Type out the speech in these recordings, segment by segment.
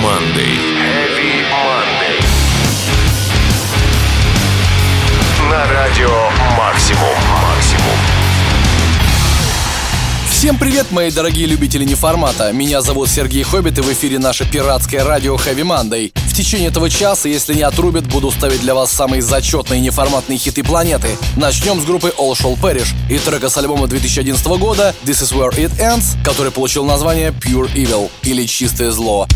Monday. Heavy Monday. На радио Максимум. Всем привет, мои дорогие любители неформата. Меня зовут Сергей Хоббит, и в эфире наше пиратское радио Heavy Monday. В течение этого часа, если не отрубят, буду ставить для вас самые зачетные неформатные хиты планеты. Начнем с группы All Shall Perish и трека с альбома 2011 года This Is Where It Ends, который получил название Pure Evil или Чистое Зло.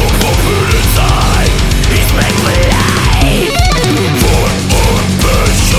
Inside, he's made me alive. For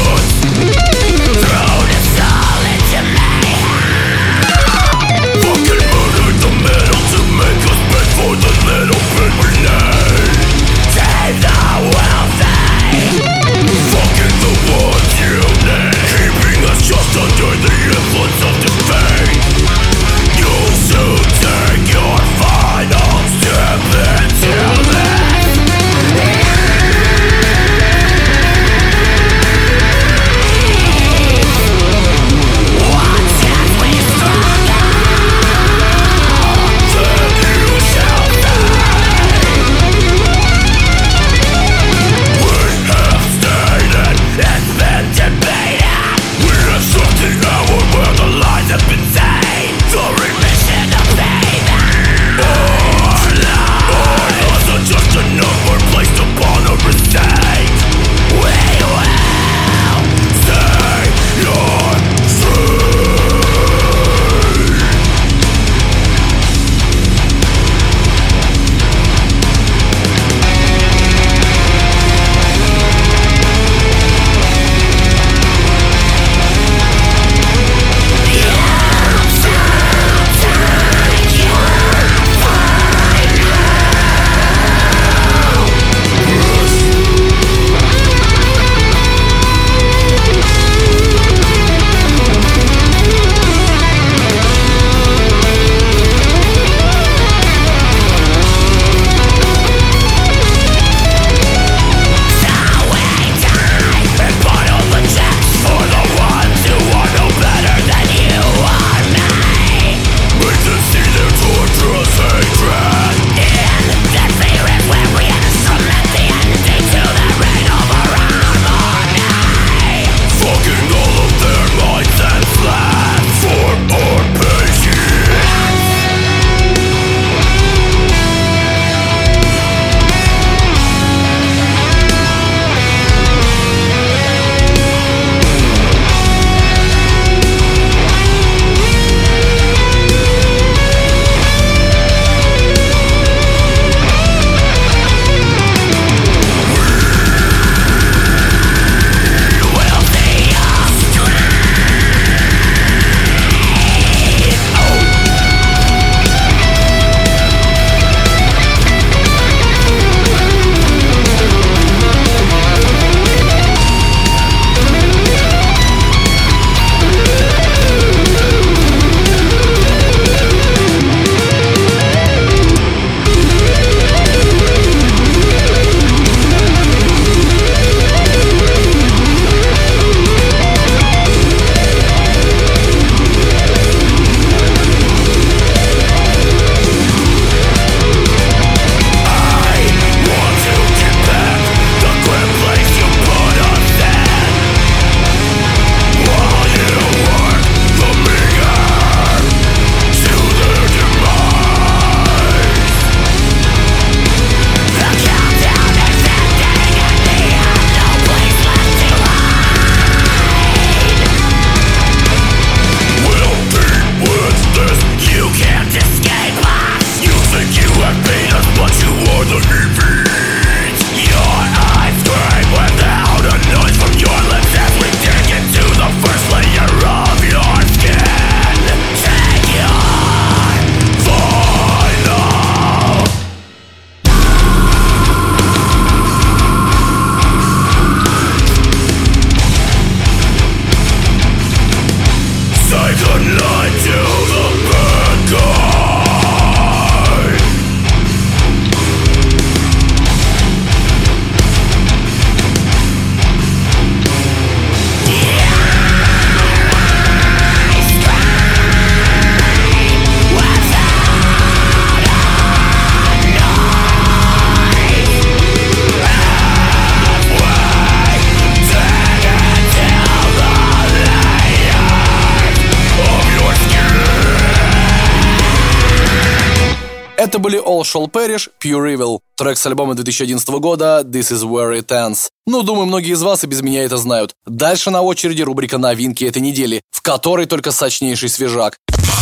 Это были All Shall Perish, Pure Evil, трек с альбома 2011 года This Is Where It Ends. Ну, думаю, многие из вас и без меня это знают. Дальше на очереди рубрика «Новинки этой недели», в которой только сочнейший свежак.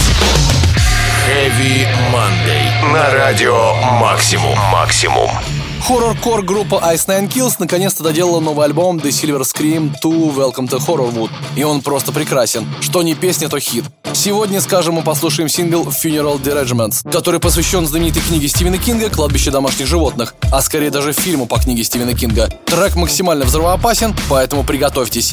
Heavy Monday на радио Максимум. Хоррор-кор группа Ice Nine Kills наконец-то доделала новый альбом The Silver Scream 2 Welcome to Horrorwood. И он просто прекрасен. Что не песня, то хит. Сегодня, скажем, мы послушаем сингл Funeral Deregiments, который посвящен знаменитой книге Стивена Кинга «Кладбище домашних животных», а скорее даже фильму по книге Стивена Кинга. Трек максимально взрывоопасен, поэтому приготовьтесь.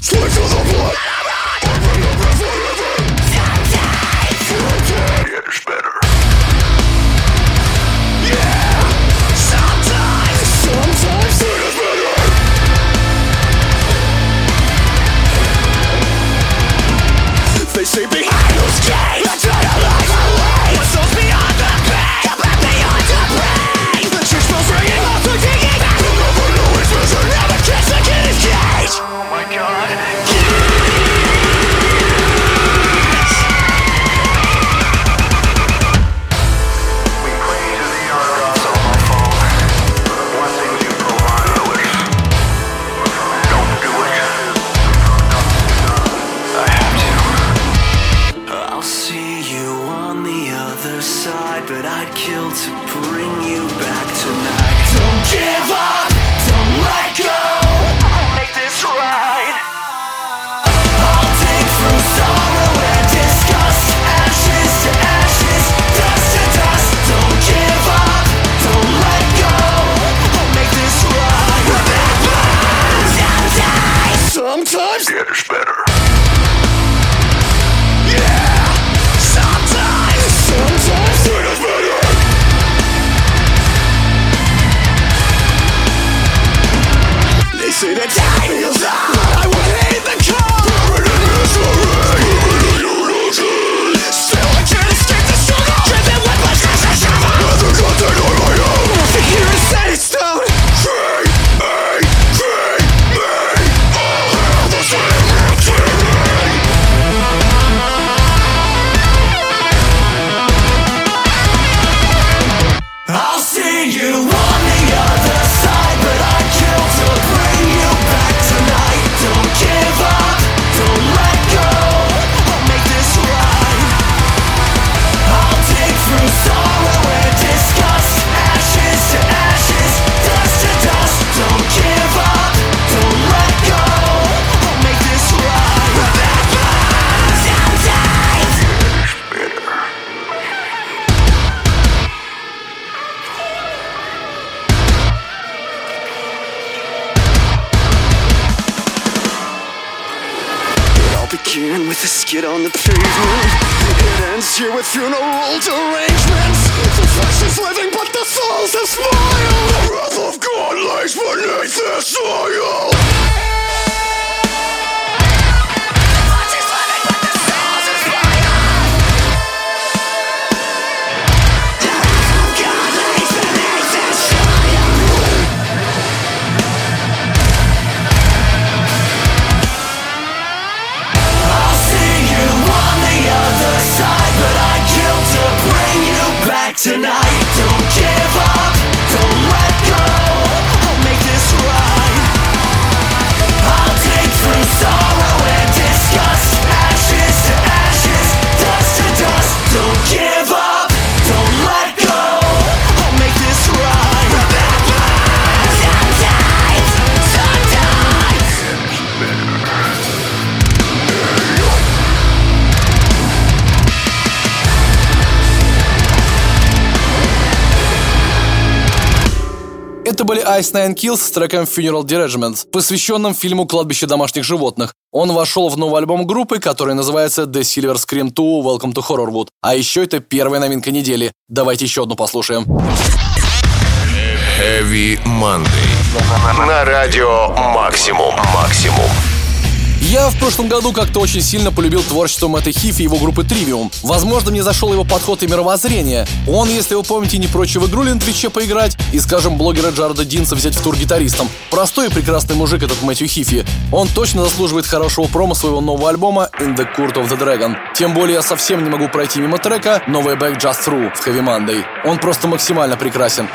They say behind those gates, I try to light my way. My soul's beyond the pain, I'm back beyond the brain. The church bells ringing, also digging. We'll never know its vision, never catch the kid in his cage. Oh my God. We pray to the argos of my phone. Blessings you provide, Lewis. Don't do it. I have to. I'll see you on the other side, but I'd kill to bring you back tonight. Don't give up, don't let go. I'll make this right. I'll dig through sorrow and disgust, ashes to ashes, dust to dust. Don't give up, don't let go. I'll make this right. Sometimes it is better. Sometimes it is better. They say that time heals all, but I would hate the cold. Still I can't escape the struggle. Driven with my stress and shovel. Nothing contained on my own. Nothing here is set in stone. Free me. All hail the cemetery. I'll see you on the other side, but I kill to bring you back tonight. Don't give up, don't let go. I'll make this right. I'll dig through sorrow and disgust, ashes to ashes, dust to dust. Don't give up, don't let go. I'll make this right. Sometimes bitter. Begin with a skid on the pavement. It ends here with funeral arrangements. The flesh is living, but the souls have smiled. The wrath of God lays beneath their soil. Tonight, don't give up, don't let go. I'll make this right. I'll dig through sorrow and disgust, ashes to ashes, dust to dust. Don't give up, don't let go. I'll make this right. Sometimes. Это были Ice Nine Kills с треком Funeral Deregiments, посвященным фильму «Кладбище домашних животных». Он вошел в новый альбом группы, который называется The Silver Scream 2 Welcome to Horrorwood. А еще это первая новинка недели. Давайте еще одну послушаем. Heavy Monday на радио Максимум. Я в прошлом году как-то очень сильно полюбил творчество Мэтта Хифи и его группы Trivium. Возможно, мне зашел его подход и мировоззрение. Он, если вы помните, не прочь в игру на Твиче поиграть и, скажем, блогера Джареда Динса взять в тур гитаристом. Простой и прекрасный мужик этот Мэтью Хифи. Он точно заслуживает хорошего промо своего нового альбома In the Court of the Dragon. Тем более я совсем не могу пройти мимо трека No Way Back Just Through в Heavy Monday. Он просто максимально прекрасен.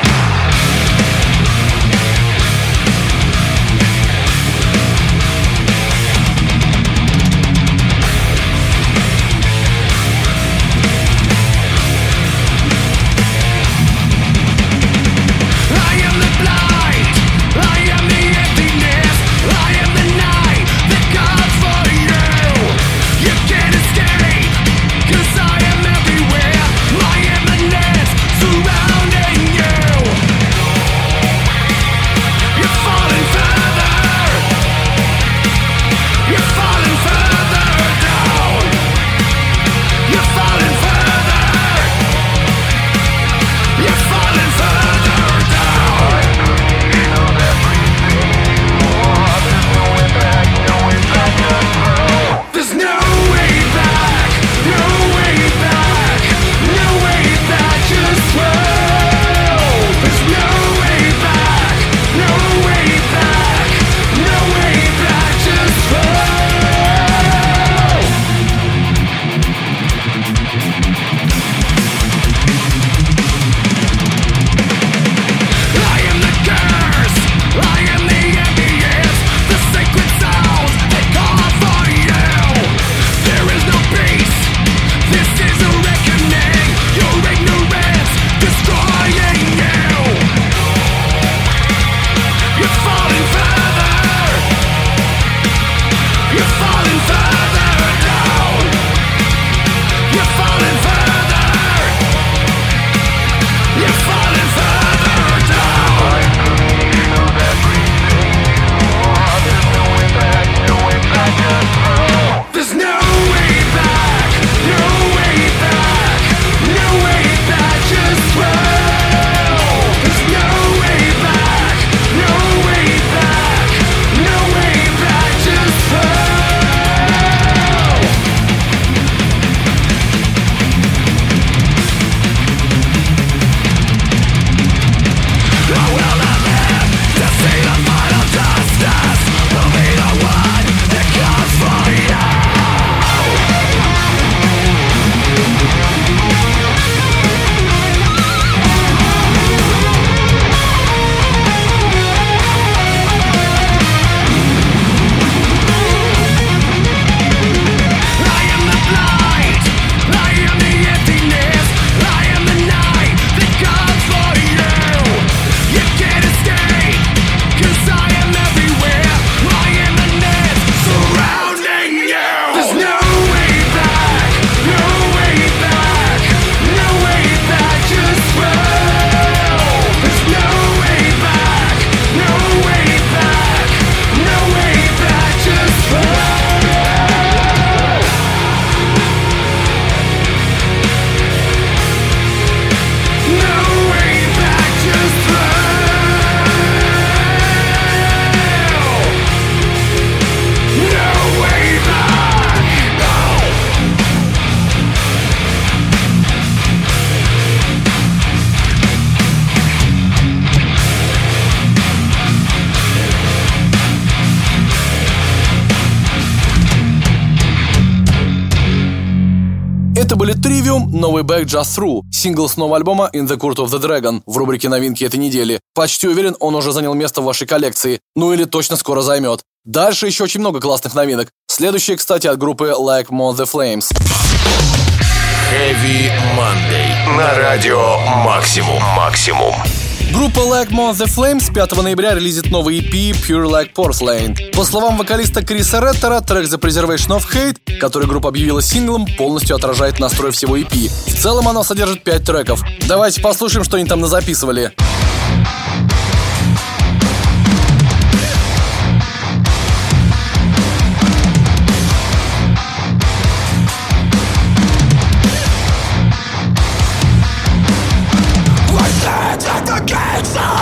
Это были Trivium, No Way Back Just Through, сингл с нового альбома In the Court of the Dragon в рубрике «Новинки этой недели». Почти уверен, он уже занял место в вашей коллекции, ну или точно скоро займет. Дальше еще очень много классных новинок. Следующие, кстати, от группы Like More The Flames. Heavy Monday на радио Максимум. Группа Like More The Flames 5 ноября релизит новый EP Pure Like Porcelain. По словам вокалиста Криса Реттера, трек The Preservation of Hate, который группа объявила синглом, полностью отражает настрой всего EP. В целом оно содержит 5 треков. Давайте послушаем, что они там назаписывали.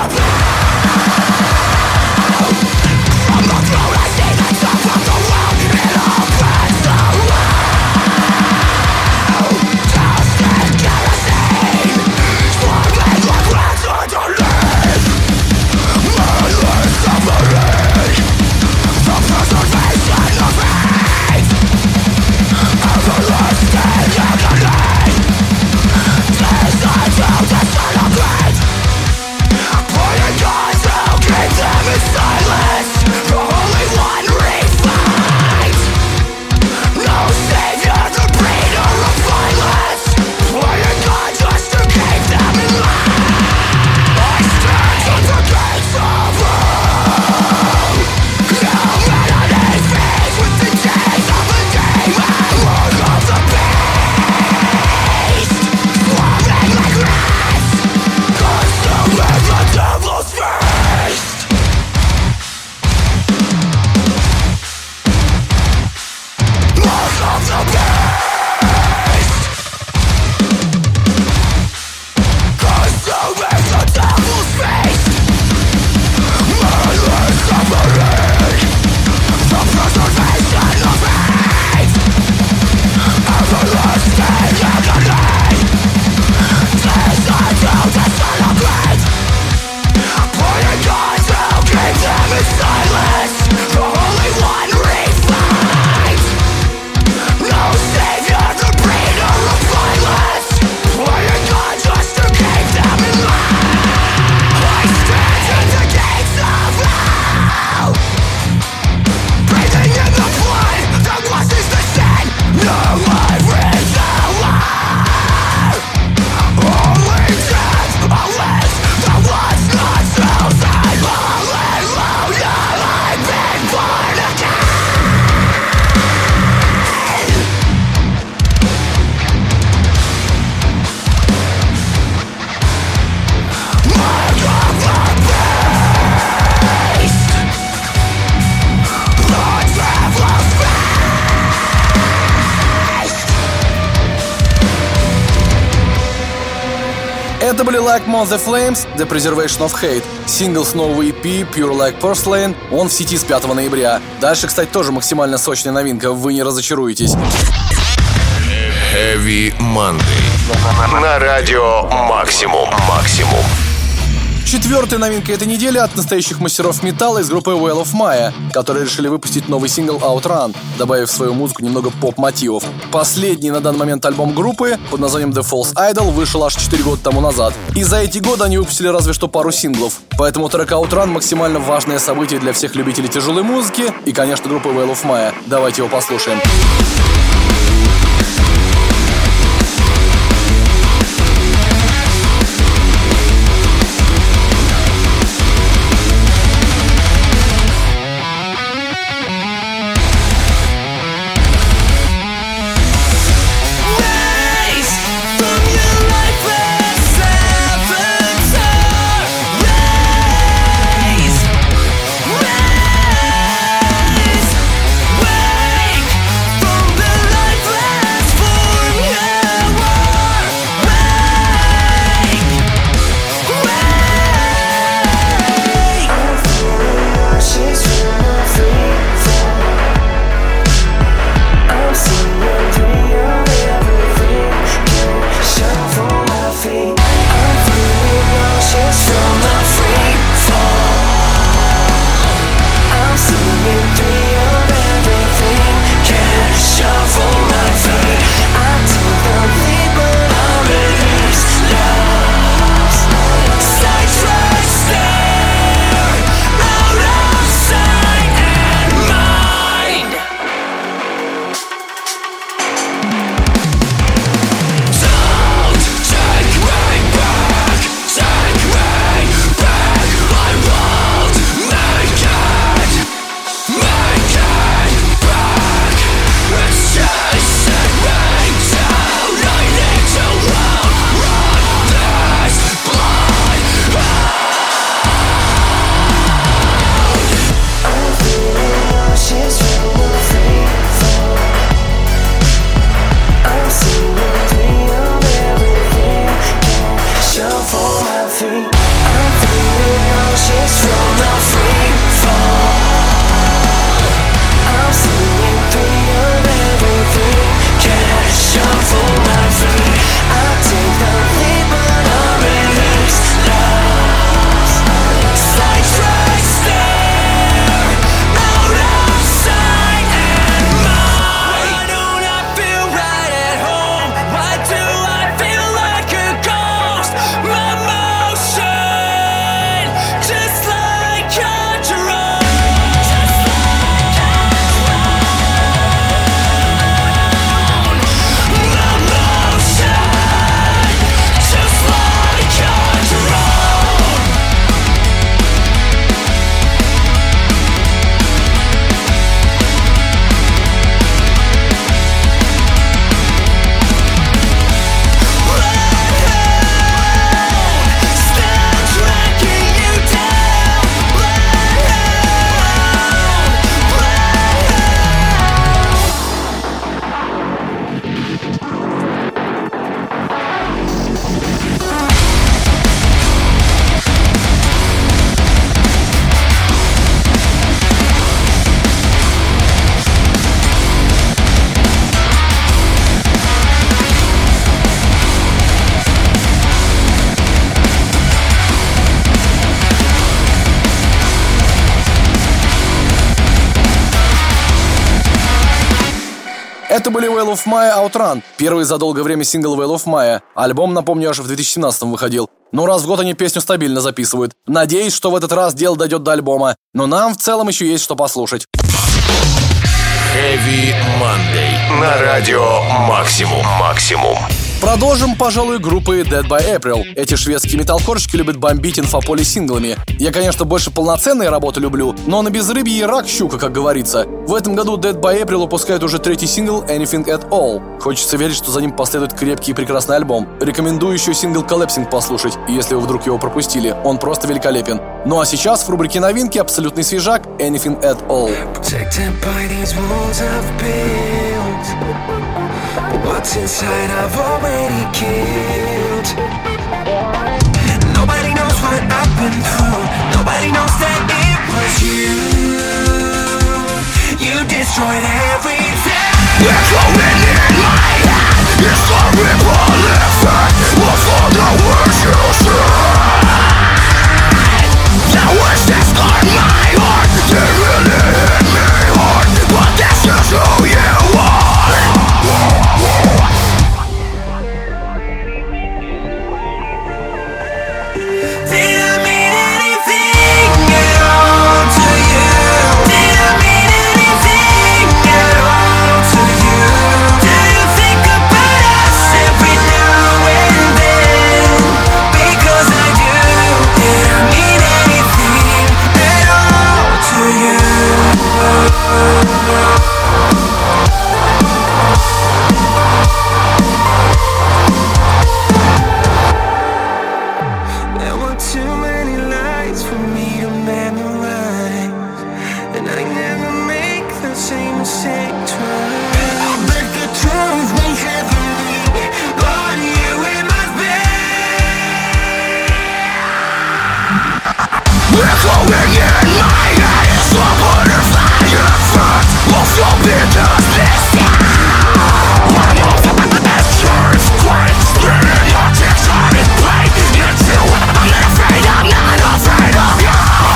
From the throne I see the top of the world. были Like More the Flames, The Preservation of Hate. Сингл с нового EP Pure Like Porcelain, он в сети с 5 ноября. Дальше, кстати, тоже максимально сочная новинка, вы не разочаруетесь. Heavy Monday. На радио Максимум. Четвертая новинка этой недели от настоящих мастеров металла из группы Veil of Maya, которые решили выпустить новый сингл Outrun, добавив в свою музыку немного поп-мотивов. Последний на данный момент альбом группы под названием The False Idol вышел аж 4 года тому назад. И за эти годы они выпустили разве что пару синглов. Поэтому трек Outrun максимально важное событие для всех любителей тяжелой музыки и, конечно, группы Veil of Maya. Давайте его послушаем. Это были Veil of Maya Outrun, первый за долгое время сингл Veil of Maya. Альбом, напомню, аж в 2017-м выходил. Но раз в год они песню стабильно записывают. Надеюсь, что в этот раз дело дойдет до альбома. Но нам в целом еще есть что послушать. Heavy Monday. На радио Максимум. Продолжим, пожалуй, группы Dead by April. Эти шведские металлкорщики любят бомбить инфополе синглами. Я, конечно, больше полноценные работы люблю, но на безрыбье и рак щука, как говорится. В этом году Dead by April выпускают уже третий сингл Anything at All. Хочется верить, что за ним последует крепкий и прекрасный альбом. Рекомендую еще сингл Collapsing послушать, если вы вдруг его пропустили. Он просто великолепен. Ну а сейчас в рубрике новинки абсолютный свежак Anything at All. What's inside I've already killed. destroyed everything. It's going in my head. It's the ripple effect of all the words you said. The words that scarred my heart, they really hit me hard. But that's just who you are. Did I mean anything at all to you? Did I mean anything at all to you? Do you think about us every now and then? Because I do. Did I mean anything at all to you? There were too many lies for me to memorize, and I never make the same mistake twice. But the truth may heavily on you in my bed. It's going in my head. It's the butterfly effect of your biggest mistake. It's quite spinning your ticks on its plate. It's you. I'm not afraid, I'm not afraid of you.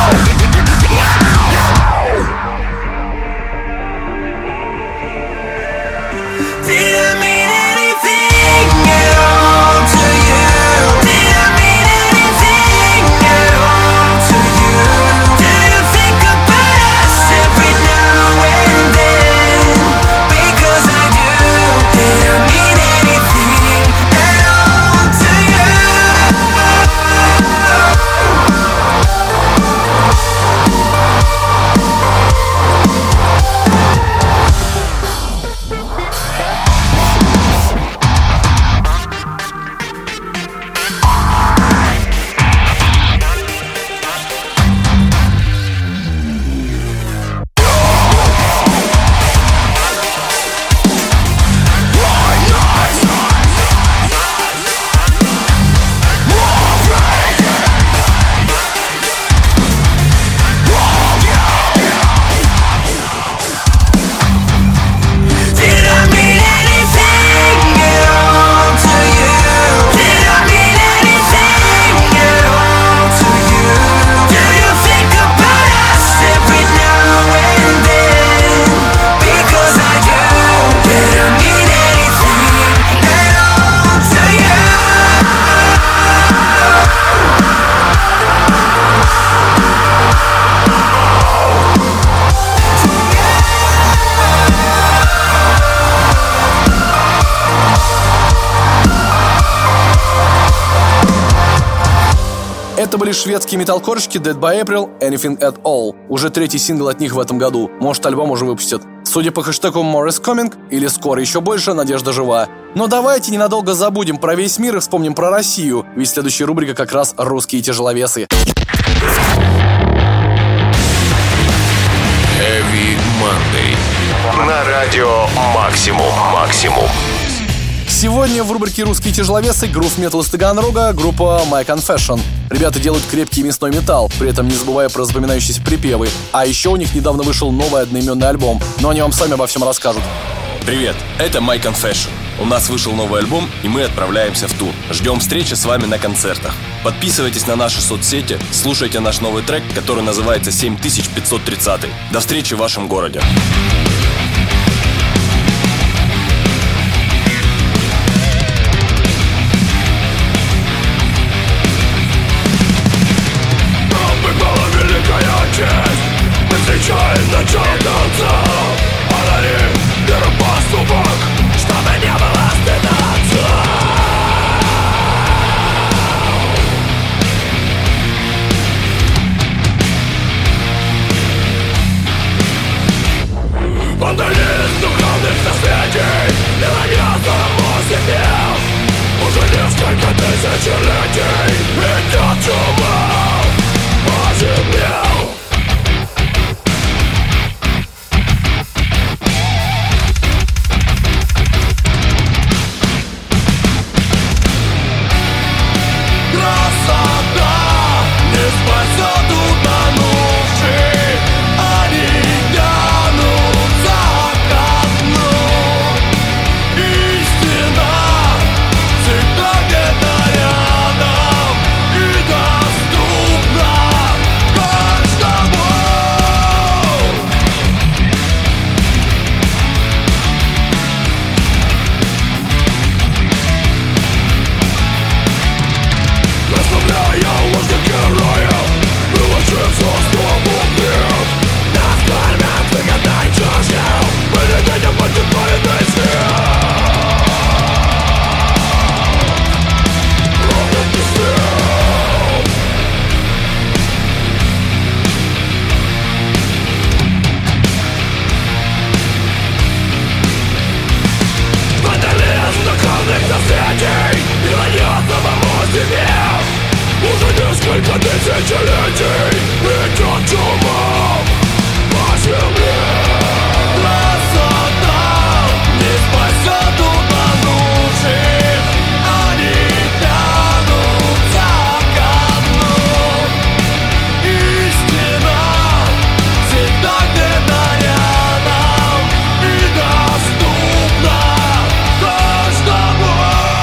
Did I mean anything at all to you? Did I mean anything at all to you? Do you think about us every now and then? Because I do. Did I mean anything at all to you? Did I mean anything at all to you? Did I mean anything at all to you? Do you think about us every now and then? Because I do. Did I mean anything at all to you? Это были шведские металкорщики Dead by April, Anything at All. Уже третий сингл от них в этом году. Может, альбом уже выпустят. Судя по хэштегу More is Coming, или скоро еще больше, надежда жива. Но давайте ненадолго забудем про весь мир и вспомним про Россию, ведь следующая рубрика как раз «Русские тяжеловесы». Heavy Monday. На радио Максимум. Сегодня в рубрике «Русские тяжеловесы» грув метал из Таганрога, группа My Confession. Ребята делают крепкий мясной металл, при этом не забывая про запоминающиеся припевы. А еще у них недавно вышел новый одноименный альбом, но они вам сами обо всем расскажут. Привет, это My Confession. У нас вышел новый альбом, и мы отправляемся в тур. Ждем встречи с вами на концертах. Подписывайтесь на наши соцсети, слушайте наш новый трек, который называется 7530. До встречи в вашем городе. Мы встречаем начало конца, подарим веру поступок, чтобы не было стыда. Вандалист духовных наследий, мелодия самому себе. Уже несколько тысячелетий идет чума по земле. Спасет утонувший, они тянутся. Сколько тысячелетий идет чума по земле. Красота не спасет утонувших, они тянутся ко дну. Истина всегда где-то рядом и доступна каждому.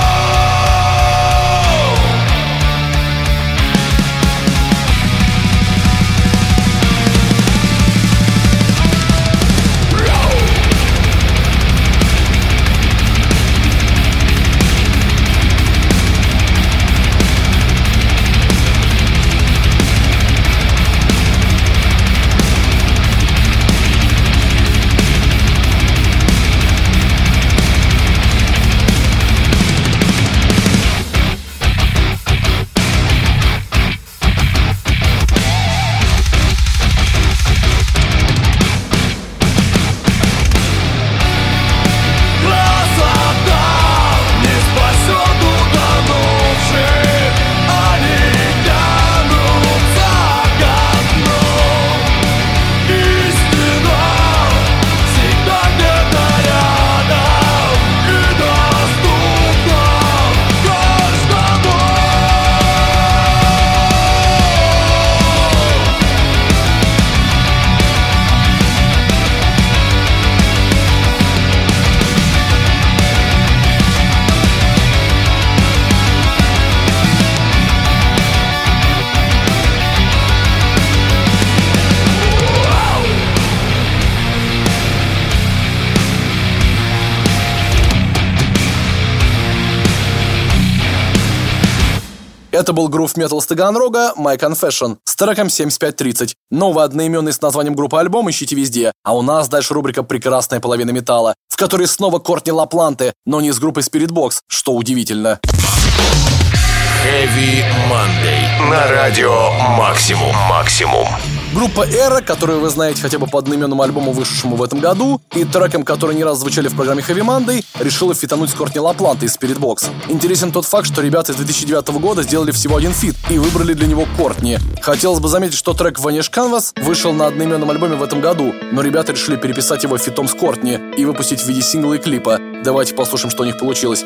Это был грув метал с Таганрога My Confession с треком 7530. Новый одноименный с названием группы альбом ищите везде. А у нас дальше рубрика «Прекрасная половина металла», в которой снова Кортни Лапланте, но не с группой Spirit Box, что удивительно. Heavy Monday на радио Максимум. Группа Эра, которую вы знаете хотя бы по одноименному альбому, вышедшему в этом году, и трекам, которые не раз звучали в программе Heavy Monday, решила фитануть с Кортни Лапланте из Spirit Box. Интересен тот факт, что ребята из 2009 года сделали всего один фит и выбрали для него Кортни. Хотелось бы заметить, что трек Vanish Canvas вышел на одноименном альбоме в этом году, но ребята решили переписать его фитом с Кортни и выпустить в виде сингла и клипа. Давайте послушаем, что у них получилось.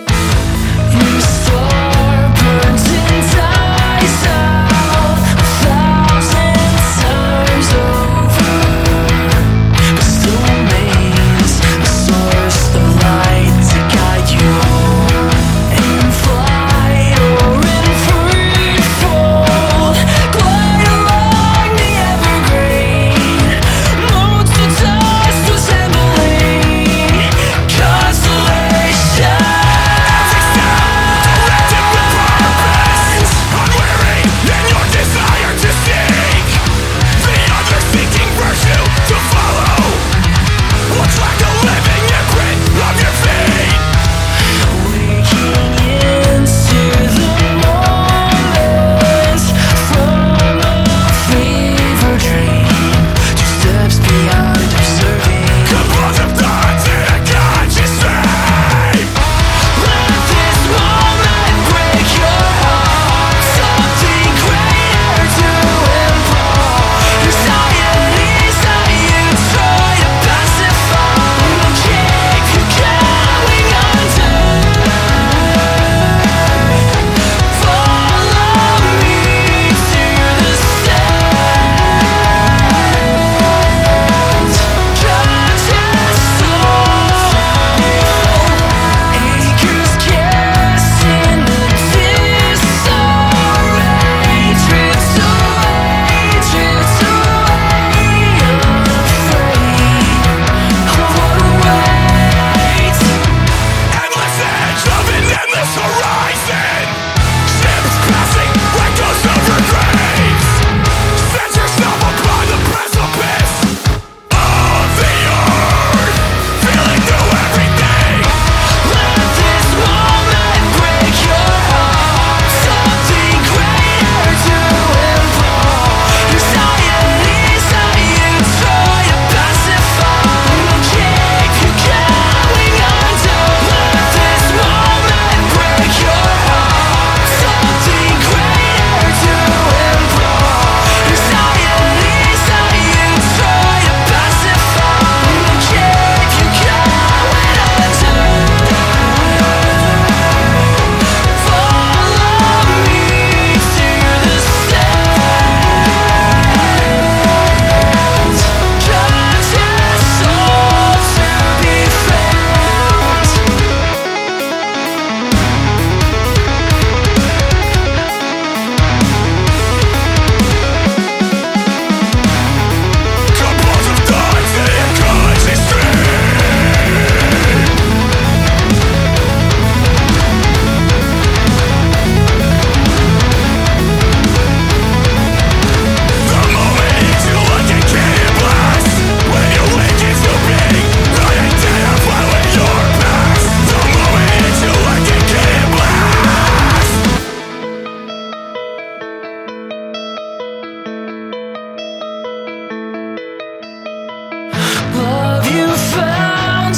Constellation.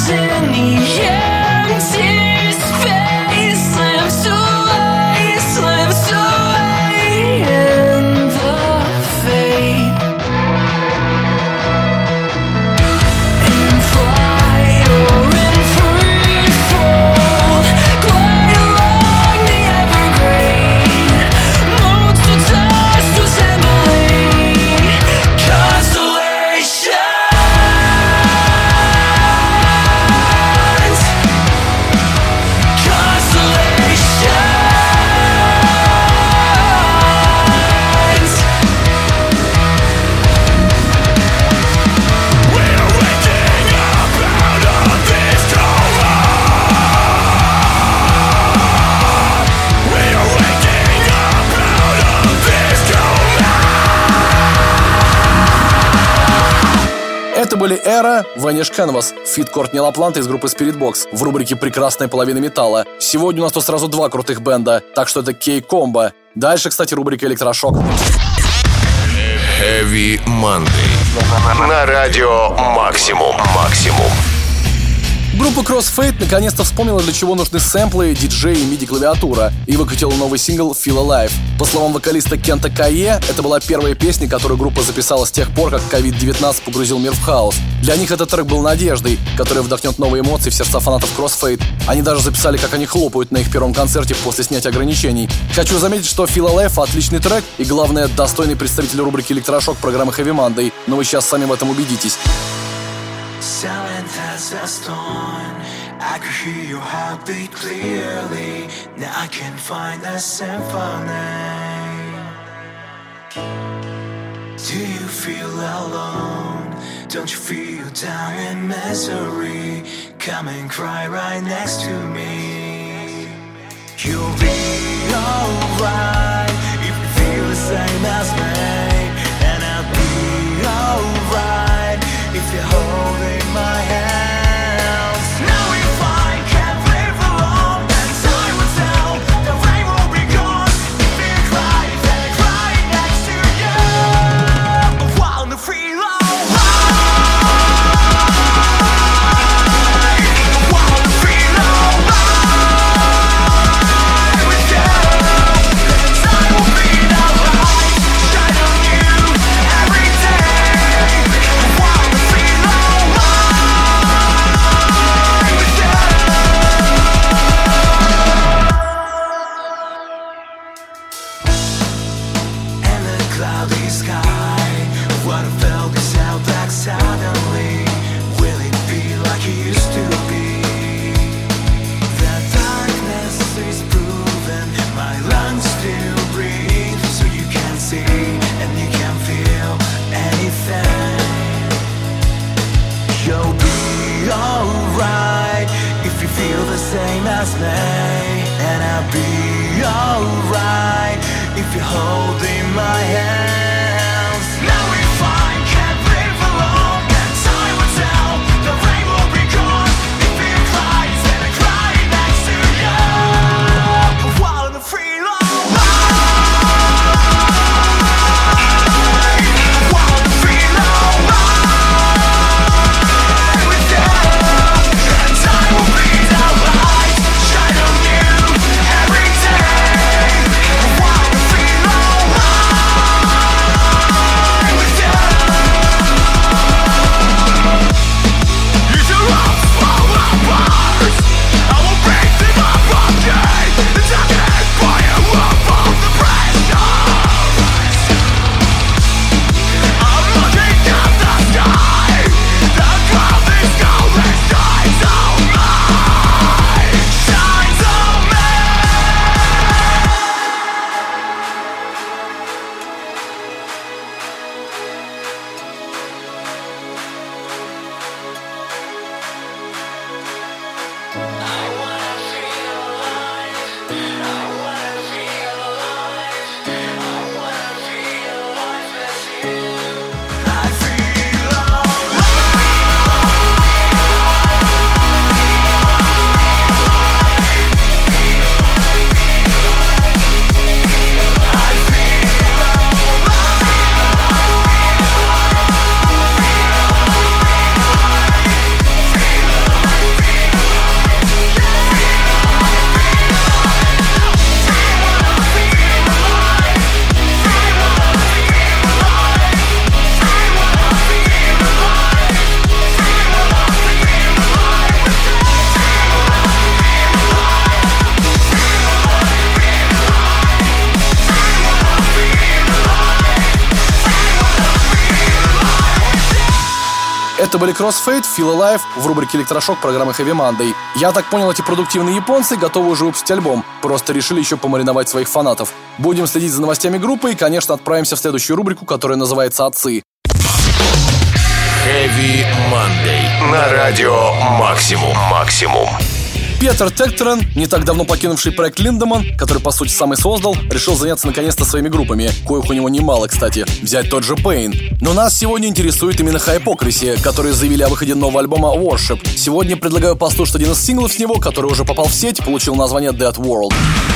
Это были Эра, Vanish Canvas, фит Кортни Лапланта из группы Spirit Box в рубрике «Прекрасная половина металла». Сегодня у нас тут сразу два крутых бенда, так что это K-Combo. Дальше, кстати, рубрика «Электрошок». Heavy Monday. На радио Максимум. Группа Crossfade наконец-то вспомнила, для чего нужны сэмплы, диджеи и миди-клавиатура, и выкатила новый сингл «Feel Alive». По словам вокалиста Кента Кае, это была первая песня, которую группа записала с тех пор, как COVID-19 погрузил мир в хаос. Для них этот трек был надеждой, которая вдохнет новые эмоции в сердца фанатов Crossfade. Они даже записали, как они хлопают на их первом концерте после снятия ограничений. Хочу заметить, что «Feel Alive» — отличный трек и, главное, достойный представитель рубрики «Электрошок» программы Heavy Monday, но вы сейчас сами в этом убедитесь. Silent as a storm, I could hear your heartbeat clearly. Now I can find a symphony. Do you feel alone? Don't you feel down in misery? Come and cry right next to me. You'll be alright if you feel the same as me, and I'll be alright if you're holding my hands. Now if I can't live alone, then time will tell. The rain will be gone. If you cry, then I cry next to you. I wanna feel alright. I wanna feel alright with you. And time will be the light, shine on you every day. I wanna feel alright with you. In the cloudy sky, what I felt is held back suddenly. Will it be like it used to be? The darkness is proven, my lungs still breathe, so you can see and you can feel anything. You'll be alright if you feel the same as me, and I'll be alright if you're holding my hands. Now if I can't live alone, then time will tell. The rain will be gone. If you cry, then I cry next to you. I wanna feel alright. I wanna feel alright with you. And time will be the light, shine on you every day. I wanna feel alright. Это были Crossfade, Feel Alive в рубрике «Электрошок» программы Heavy Monday. Я так понял, эти продуктивные японцы готовы уже выпустить альбом, просто решили еще помариновать своих фанатов. Будем следить за новостями группы и, конечно, отправимся в следующую рубрику, которая называется «Отцы». Heavy Monday на радио Максимум. Петр Текторен, не так давно покинувший проект Lindemann, который по сути сам и создал, решил заняться наконец-то своими группами, коих у него немало, кстати, взять тот же Pain. Но нас сегодня интересует именно Hypocrisy, которые заявили о выходе нового альбома Worship. Сегодня предлагаю послушать один из синглов с него, который уже попал в сеть и получил название Dead World.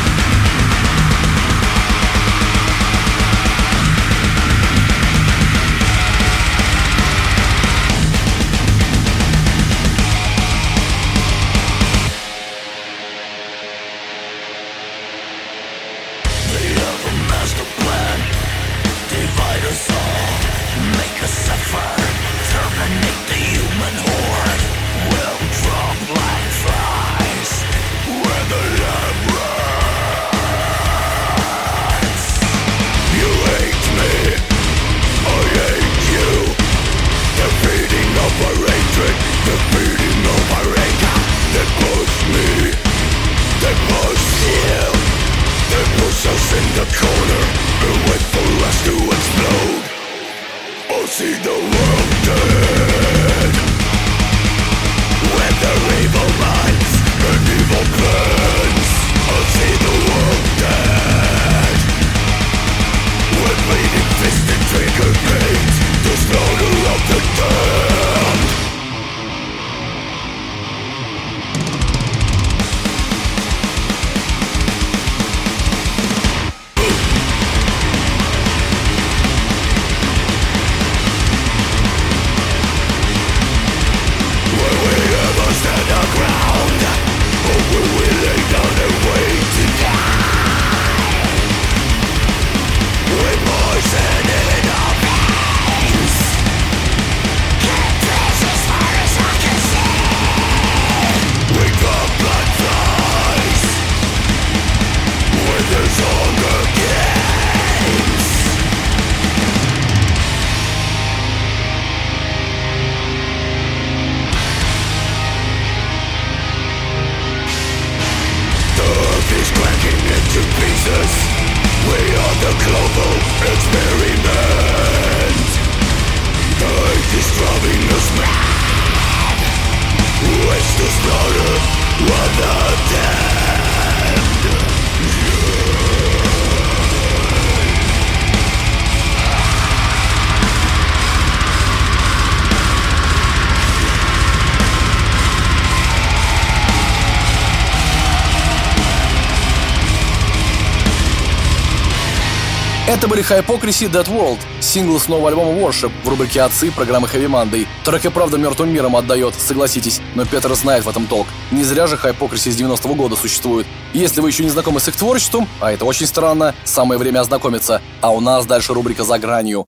Это были Hypocrisy, Dead World, сингл с нового альбома Worship в рубрике «Отцы» программы Heavy Monday. Трек и правда мертвым миром отдает, согласитесь, но Петр знает в этом толк. Не зря же Hypocrisy с 90-го года существует. Если вы еще не знакомы с их творчеством, а это очень странно, самое время ознакомиться. А у нас дальше рубрика «За гранью».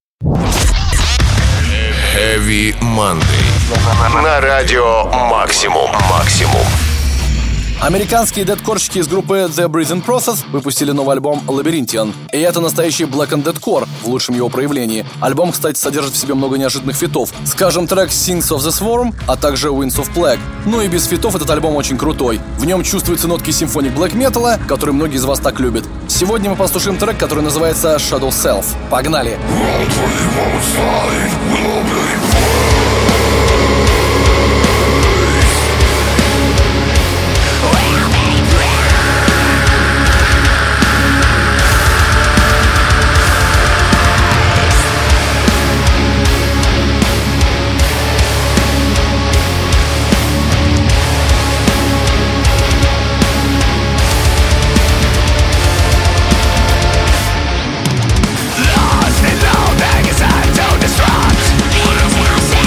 Heavy Monday на радио Максимум. Американские дедкорщики из группы The Breathing Process выпустили новый альбом Labyrinthian. И это настоящий Black and Deadcore в лучшем его проявлении. Альбом, кстати, содержит в себе много неожиданных фитов. Скажем, трек Sins of the Swarm, а также Winds of Plague. Ну и без фитов этот альбом очень крутой. В нем чувствуются нотки симфоник блэк металла, который многие из вас так любят. Сегодня мы послушаем трек, который называется Shadow Self. Погнали! Lost and lonely, 'cause I don't destruct.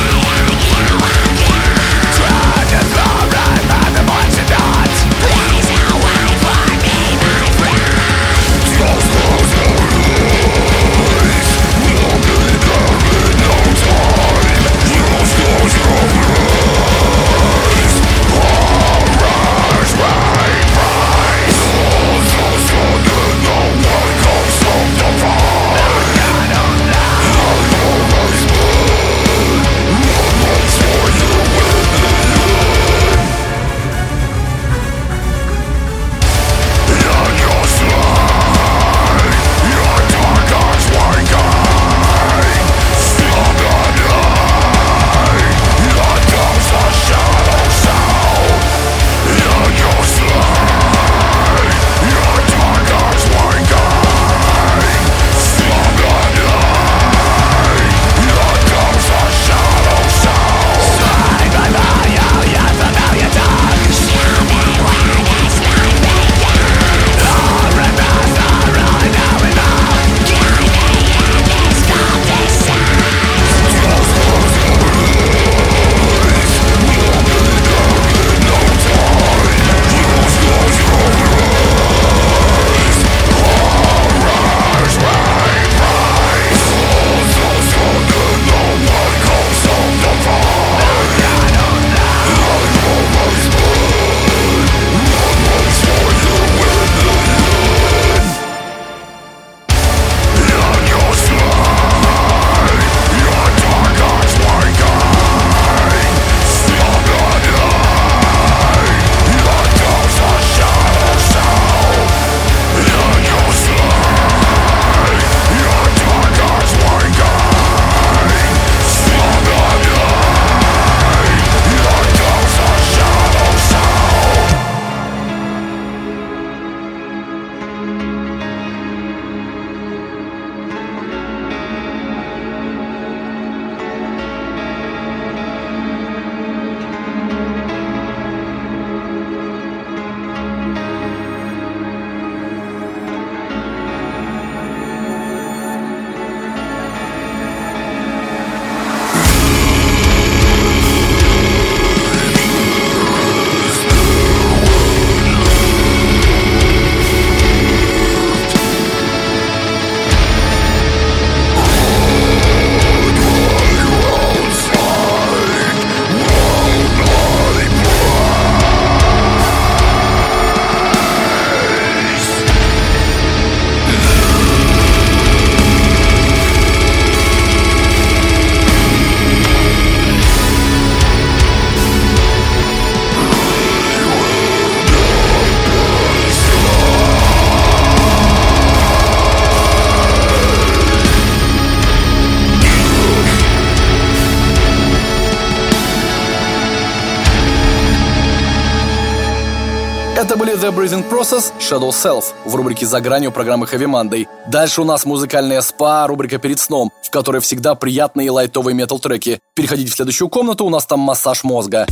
The Breathing Process, Shadow Self в рубрике «За гранью» программы Heavy Monday. Дальше у нас музыкальная спа, рубрика «Перед сном», в которой всегда приятные лайтовые метал-треки. Переходите в следующую комнату, у нас там массаж мозга.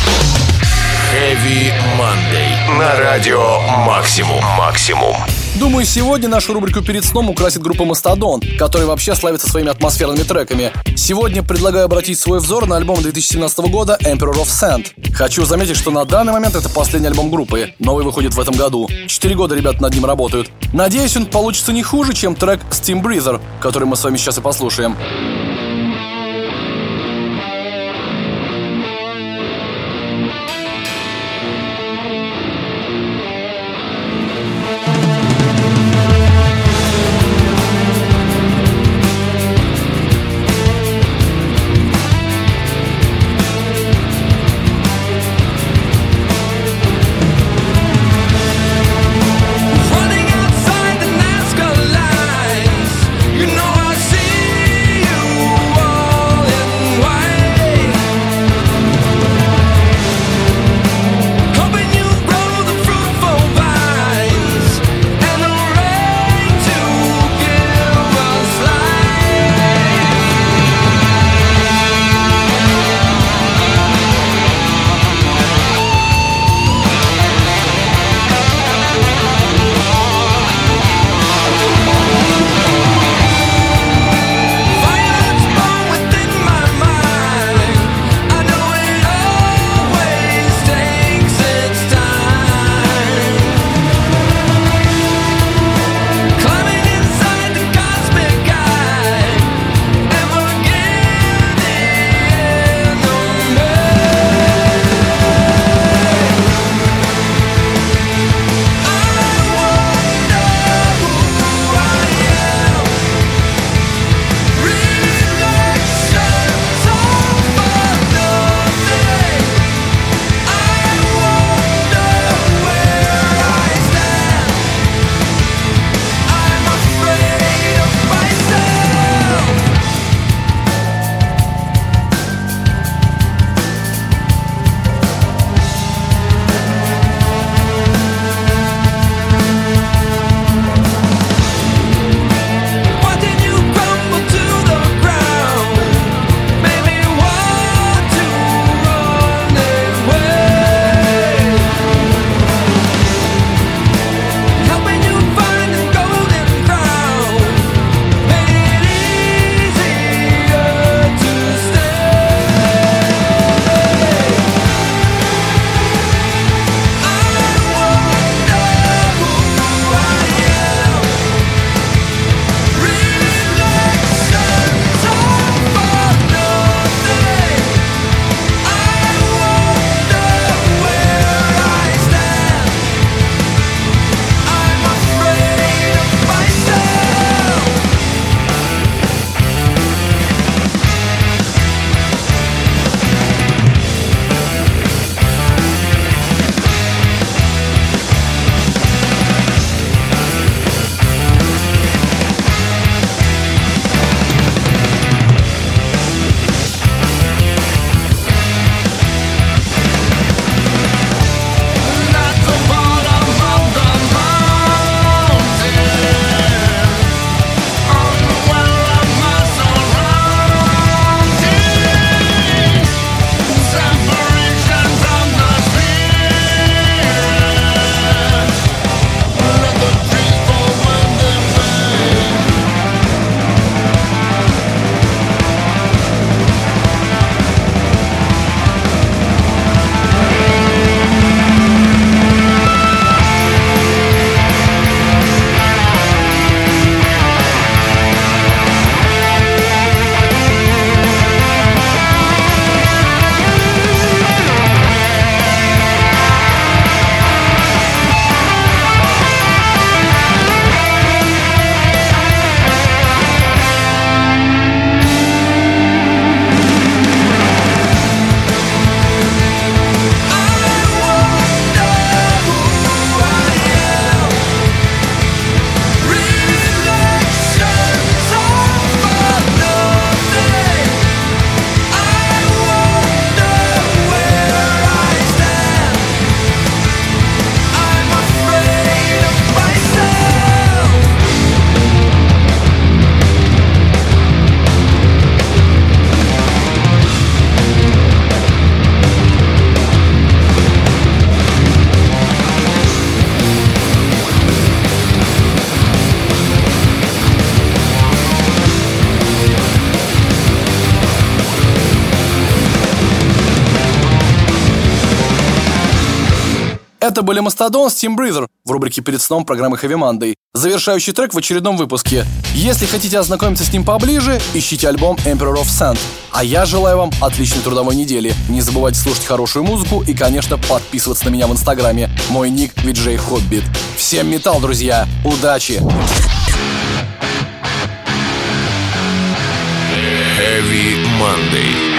Heavy Monday на радио Максимум. Думаю, сегодня нашу рубрику «Перед сном» украсит группа Mastodon, которая вообще славится своими атмосферными треками. Сегодня предлагаю обратить свой взор на альбом 2017 года Emperor of Sand. Хочу заметить, что на данный момент это последний альбом группы. Новый выходит в этом году. 4 года ребята над ним работают. Надеюсь, он получится не хуже, чем трек Steam Breather, который мы с вами сейчас и послушаем. Running outside the Nazca lines, you know I see you. Это были Mastodon с Team Breather в рубрике «Перед сном» программы Heavy Monday. Завершающий трек в очередном выпуске. Если хотите ознакомиться с ним поближе, ищите альбом Emperor of Sand. А я желаю вам отличной трудовой недели. Не забывайте слушать хорошую музыку и, конечно, подписываться на меня в Инстаграме. Мой ник VJ Hotbeat. Всем металл, друзья! Удачи! Heavy Monday.